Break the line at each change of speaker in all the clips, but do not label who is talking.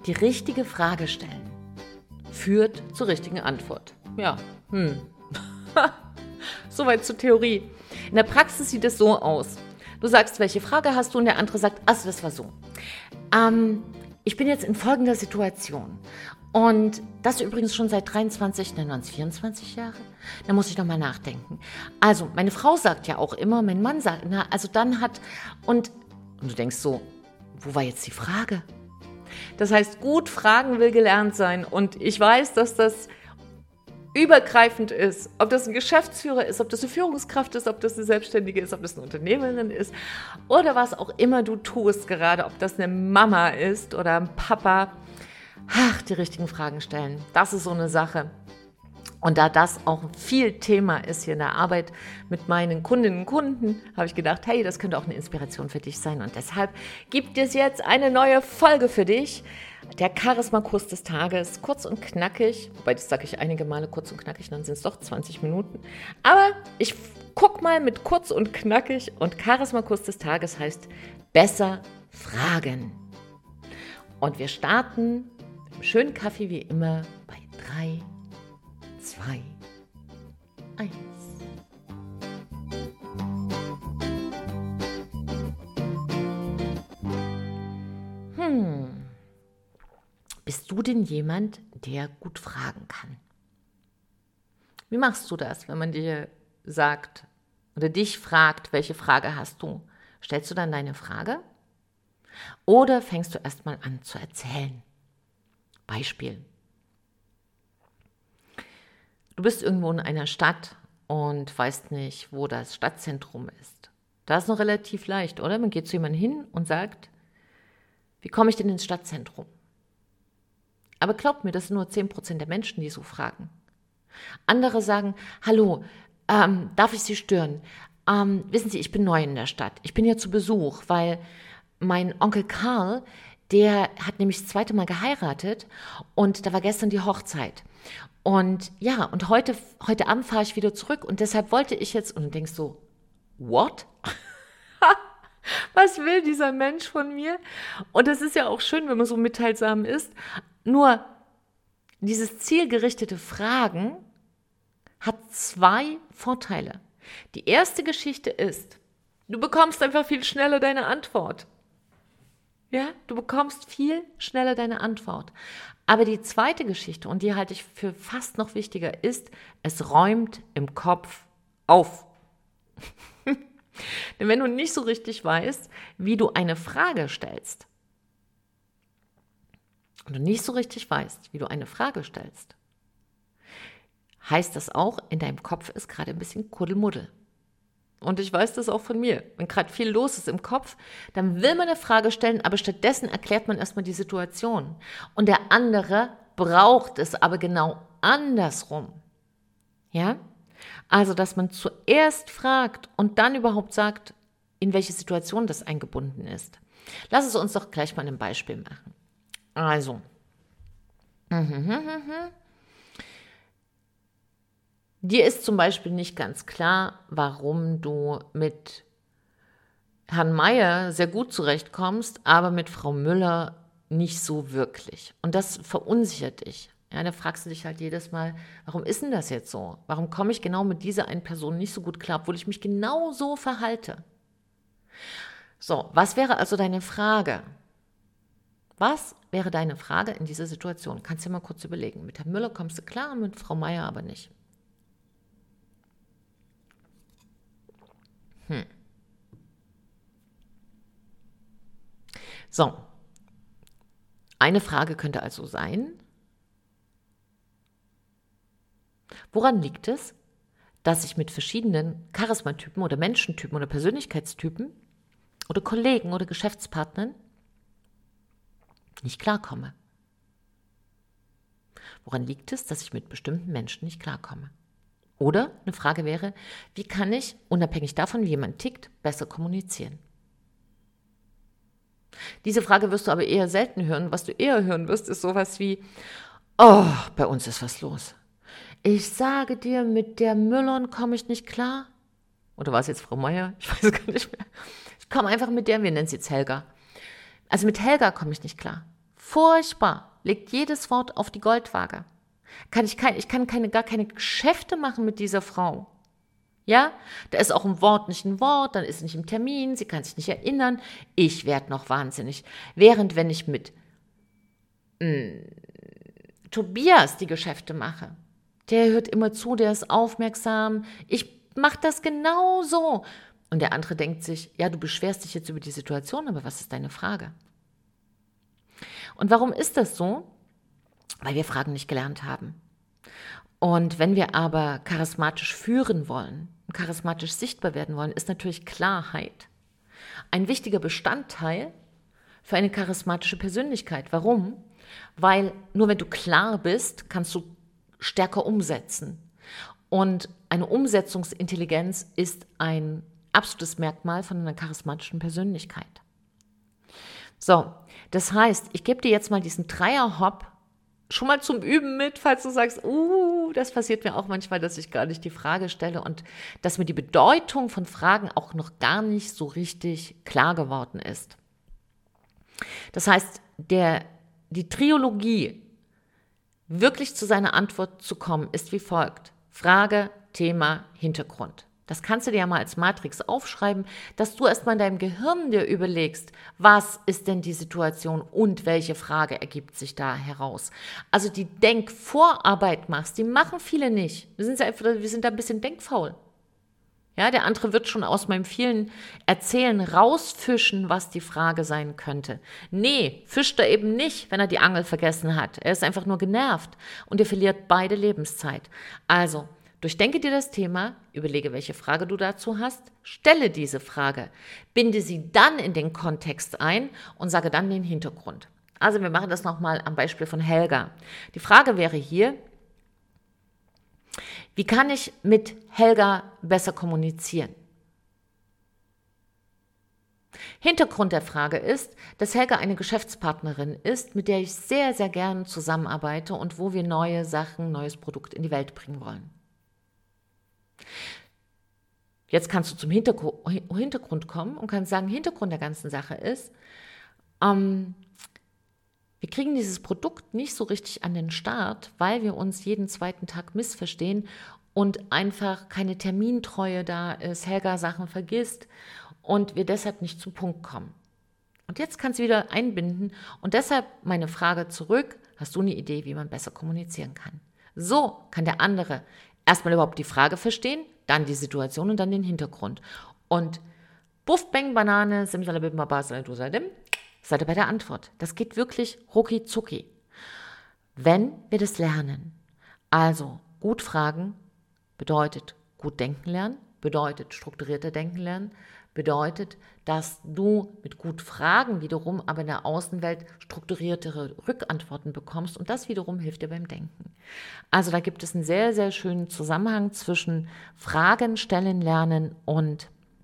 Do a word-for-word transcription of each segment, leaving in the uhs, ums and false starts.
Die richtige Frage stellen führt zur richtigen Antwort. Ja, hm. Soweit zur Theorie. In der Praxis sieht es so aus. Du sagst, welche Frage hast du und der andere sagt, ach, das war so. Ähm, ich bin jetzt in folgender Situation. Und das übrigens schon seit dreiundzwanzig, nein, waren es vierundzwanzig Jahre? Da muss ich nochmal nachdenken. Also, meine Frau sagt ja auch immer, mein Mann sagt, na, also dann hat, und, und du denkst so, wo war jetzt die Frage? Das heißt, gut fragen will gelernt sein. Und ich weiß, dass das übergreifend ist. Ob das ein Geschäftsführer ist, ob das eine Führungskraft ist, ob das eine Selbstständige ist, ob das eine Unternehmerin ist oder was auch immer du tust gerade, ob das eine Mama ist oder ein Papa. Ach, die richtigen Fragen stellen. Das ist so eine Sache. Und da das auch viel Thema ist hier in der Arbeit mit meinen Kundinnen und Kunden, habe ich gedacht, hey, das könnte auch eine Inspiration für dich sein. Und deshalb gibt es jetzt eine neue Folge für dich. Der Charisma-Kurs des Tages, kurz und knackig. Wobei, das sage ich einige Male kurz und knackig, dann sind es doch zwanzig Minuten. Aber ich gucke mal mit kurz und knackig. Und Charisma-Kurs des Tages heißt besser fragen. Und wir starten mit einem schönen Kaffee wie immer bei drei, zwei, eins. Hm. Bist du denn jemand, der gut fragen kann? Wie machst du das, wenn man dir sagt oder dich fragt, welche Frage hast du? Stellst du dann deine Frage? Oder fängst du erstmal an zu erzählen? Beispiel. Du bist irgendwo in einer Stadt und weißt nicht, wo das Stadtzentrum ist. Das ist noch relativ leicht, oder? Man geht zu jemandem hin und sagt, wie komme ich denn ins Stadtzentrum? Aber glaubt mir, das sind nur zehn Prozent der Menschen, die so fragen. Andere sagen, hallo, ähm, darf ich Sie stören? Ähm, wissen Sie, ich bin neu in der Stadt. Ich bin hier zu Besuch, weil mein Onkel Karl, der hat nämlich das zweite Mal geheiratet und da war gestern die Hochzeit. Und ja, und heute, heute Abend fahre ich wieder zurück und deshalb wollte ich jetzt, und du denkst so, what? Was will dieser Mensch von mir? Und das ist ja auch schön, wenn man so mitteilsam ist. Nur dieses zielgerichtete Fragen hat zwei Vorteile. Die erste Geschichte ist, du bekommst einfach viel schneller deine Antwort. Ja, du bekommst viel schneller deine Antwort. Aber die zweite Geschichte, und die halte ich für fast noch wichtiger, ist, es räumt im Kopf auf. Denn wenn du nicht so richtig weißt, wie du eine Frage stellst, und du nicht so richtig weißt, wie du eine Frage stellst, heißt das auch, in deinem Kopf ist gerade ein bisschen Kuddelmuddel. Und ich weiß das auch von mir. Wenn gerade viel los ist im Kopf, dann will man eine Frage stellen, aber stattdessen erklärt man erstmal die Situation. Und der andere braucht es aber genau andersrum. Ja? Also, dass man zuerst fragt und dann überhaupt sagt, in welche Situation das eingebunden ist. Lass es uns doch gleich mal ein Beispiel machen. Also, dir ist zum Beispiel nicht ganz klar, warum du mit Herrn Meier sehr gut zurechtkommst, aber mit Frau Müller nicht so wirklich. Und das verunsichert dich. Ja, da fragst du dich halt jedes Mal, warum ist denn das jetzt so? Warum komme ich genau mit dieser einen Person nicht so gut klar, obwohl ich mich genau so verhalte? So, was wäre also deine Frage? Was wäre deine Frage in dieser Situation? Kannst du dir mal kurz überlegen. Mit Herrn Müller kommst du klar, mit Frau Meier aber nicht. Hm. So, eine Frage könnte also sein, woran liegt es, dass ich mit verschiedenen Charismatypen oder Menschentypen oder Persönlichkeitstypen oder Kollegen oder Geschäftspartnern nicht klarkomme? Woran liegt es, dass ich mit bestimmten Menschen nicht klarkomme? Oder eine Frage wäre, wie kann ich, unabhängig davon, wie jemand tickt, besser kommunizieren? Diese Frage wirst du aber eher selten hören. Was du eher hören wirst, ist sowas wie, oh, bei uns ist was los. Ich sage dir, mit der Müllern komme ich nicht klar. Oder war es jetzt Frau Meier? Ich weiß es gar nicht mehr. Ich komme einfach mit der, wir nennen sie jetzt Helga. Also mit Helga komme ich nicht klar. Furchtbar. Legt jedes Wort auf die Goldwaage. Kann ich, kein, ich kann keine, gar keine Geschäfte machen mit dieser Frau. Ja, da ist auch ein Wort nicht ein Wort, dann ist sie nicht im Termin, sie kann sich nicht erinnern. Ich werde noch wahnsinnig. Während wenn ich mit mh, Tobias die Geschäfte mache, der hört immer zu, der ist aufmerksam. Ich mache das genauso. Und der andere denkt sich, ja, du beschwerst dich jetzt über die Situation, aber was ist deine Frage? Und warum ist das so? Weil wir Fragen nicht gelernt haben. Und wenn wir aber charismatisch führen wollen, charismatisch sichtbar werden wollen, ist natürlich Klarheit ein wichtiger Bestandteil für eine charismatische Persönlichkeit. Warum? Weil nur wenn du klar bist, kannst du stärker umsetzen. Und eine Umsetzungsintelligenz ist ein absolutes Merkmal von einer charismatischen Persönlichkeit. So, das heißt, ich gebe dir jetzt mal diesen Dreierhop schon mal zum Üben mit, falls du sagst, uh, das passiert mir auch manchmal, dass ich gar nicht die Frage stelle und dass mir die Bedeutung von Fragen auch noch gar nicht so richtig klar geworden ist. Das heißt, der, die Triologie, wirklich zu seiner Antwort zu kommen, ist wie folgt. Frage, Thema, Hintergrund. Das kannst du dir ja mal als Matrix aufschreiben, dass du erstmal in deinem Gehirn dir überlegst, was ist denn die Situation und welche Frage ergibt sich da heraus. Also die Denkvorarbeit machst, die machen viele nicht. Wir sind, einfach, wir sind da ein bisschen denkfaul. Ja, der andere wird schon aus meinem vielen Erzählen rausfischen, was die Frage sein könnte. Nee, fischt er eben nicht, wenn er die Angel vergessen hat. Er ist einfach nur genervt und er verliert beide Lebenszeit. Also, durchdenke dir das Thema, überlege, welche Frage du dazu hast, stelle diese Frage, binde sie dann in den Kontext ein und sage dann den Hintergrund. Also wir machen das nochmal am Beispiel von Helga. Die Frage wäre hier, wie kann ich mit Helga besser kommunizieren? Hintergrund der Frage ist, dass Helga eine Geschäftspartnerin ist, mit der ich sehr, sehr gerne zusammenarbeite und wo wir neue Sachen, neues Produkt in die Welt bringen wollen. Jetzt kannst du zum Hintergrund kommen und kannst sagen, Hintergrund der ganzen Sache ist, ähm, wir kriegen dieses Produkt nicht so richtig an den Start, weil wir uns jeden zweiten Tag missverstehen und einfach keine Termintreue da ist, Helga Sachen vergisst und wir deshalb nicht zum Punkt kommen. Und jetzt kannst du wieder einbinden und deshalb meine Frage zurück, hast du eine Idee, wie man besser kommunizieren kann? So kann der andere erstmal überhaupt die Frage verstehen, dann die Situation und dann den Hintergrund. Und Buff, Bang, Banane, Simsalabim, Babasal, du seid seid ihr bei der Antwort. Das geht wirklich rucki zucki, wenn wir das lernen. Also gut fragen bedeutet gut denken lernen, bedeutet strukturierter denken lernen, bedeutet, dass du mit gut Fragen wiederum aber in der Außenwelt strukturiertere Rückantworten bekommst und das wiederum hilft dir beim Denken. Also da gibt es einen sehr, sehr schönen Zusammenhang zwischen Fragen stellen lernen und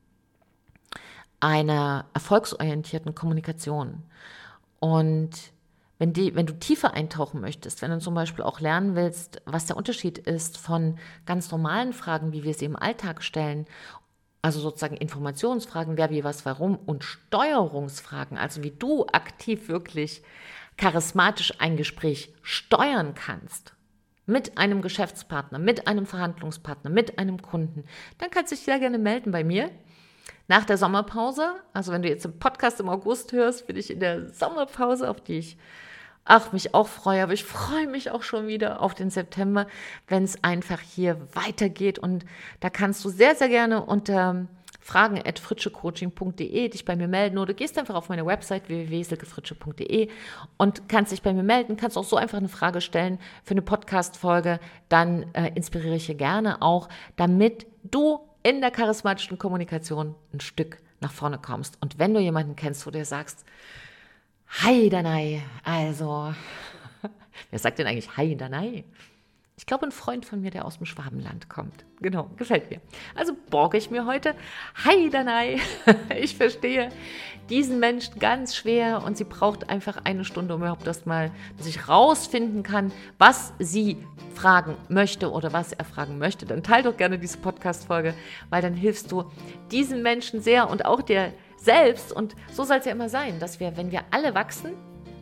einer erfolgsorientierten Kommunikation. Und wenn, die, wenn du tiefer eintauchen möchtest, wenn du zum Beispiel auch lernen willst, was der Unterschied ist von ganz normalen Fragen, wie wir sie im Alltag stellen, also sozusagen Informationsfragen, wer, wie, was, warum und Steuerungsfragen, also wie du aktiv wirklich charismatisch ein Gespräch steuern kannst mit einem Geschäftspartner, mit einem Verhandlungspartner, mit einem Kunden, dann kannst du dich sehr gerne melden bei mir. Nach der Sommerpause, also wenn du jetzt den Podcast im August hörst, bin ich in der Sommerpause, auf die ich ach, mich auch freue, aber ich freue mich auch schon wieder auf den September, wenn es einfach hier weitergeht und da kannst du sehr, sehr gerne unter fragen at fritschecoaching punkt de dich bei mir melden oder gehst einfach auf meine Website w w w punkt silkefritsche punkt de und kannst dich bei mir melden, kannst auch so einfach eine Frage stellen für eine Podcast-Folge, dann äh, inspiriere ich hier gerne auch, damit du in der charismatischen Kommunikation ein Stück nach vorne kommst. Und wenn du jemanden kennst, wo du sagst, Hi Danai, also, wer sagt denn eigentlich Hi Danai? Ich glaube, ein Freund von mir, der aus dem Schwabenland kommt. Genau, gefällt mir. Also borge ich mir heute, Hi Danai, ich verstehe diesen Menschen ganz schwer und sie braucht einfach eine Stunde, um überhaupt erst mal, dass ich rausfinden kann, was sie fragen möchte oder was er fragen möchte. Dann teile doch gerne diese Podcast-Folge, weil dann hilfst du diesen Menschen sehr und auch dir selbst. Und so soll es ja immer sein, dass wir, wenn wir alle wachsen,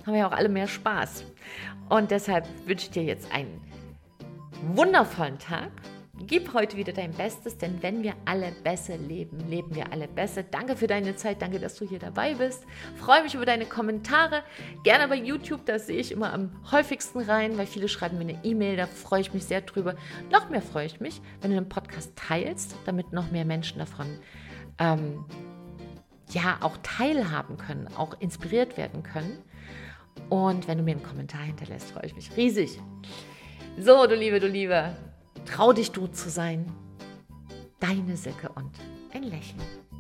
haben wir ja auch alle mehr Spaß. Und deshalb wünsche ich dir jetzt einen wundervollen Tag. Gib heute wieder dein Bestes, denn wenn wir alle besser leben, leben wir alle besser. Danke für deine Zeit, danke, dass du hier dabei bist. Freue mich über deine Kommentare. Gerne bei YouTube, da sehe ich immer am häufigsten rein, weil viele schreiben mir eine E-Mail, da freue ich mich sehr drüber. Noch mehr freue ich mich, wenn du den Podcast teilst, damit noch mehr Menschen davon ähm, ja auch teilhaben können, auch inspiriert werden können. Und wenn du mir einen Kommentar hinterlässt, freue ich mich riesig. So, du Liebe, du Liebe. Trau dich, du zu sein. Deine Silke und ein Lächeln.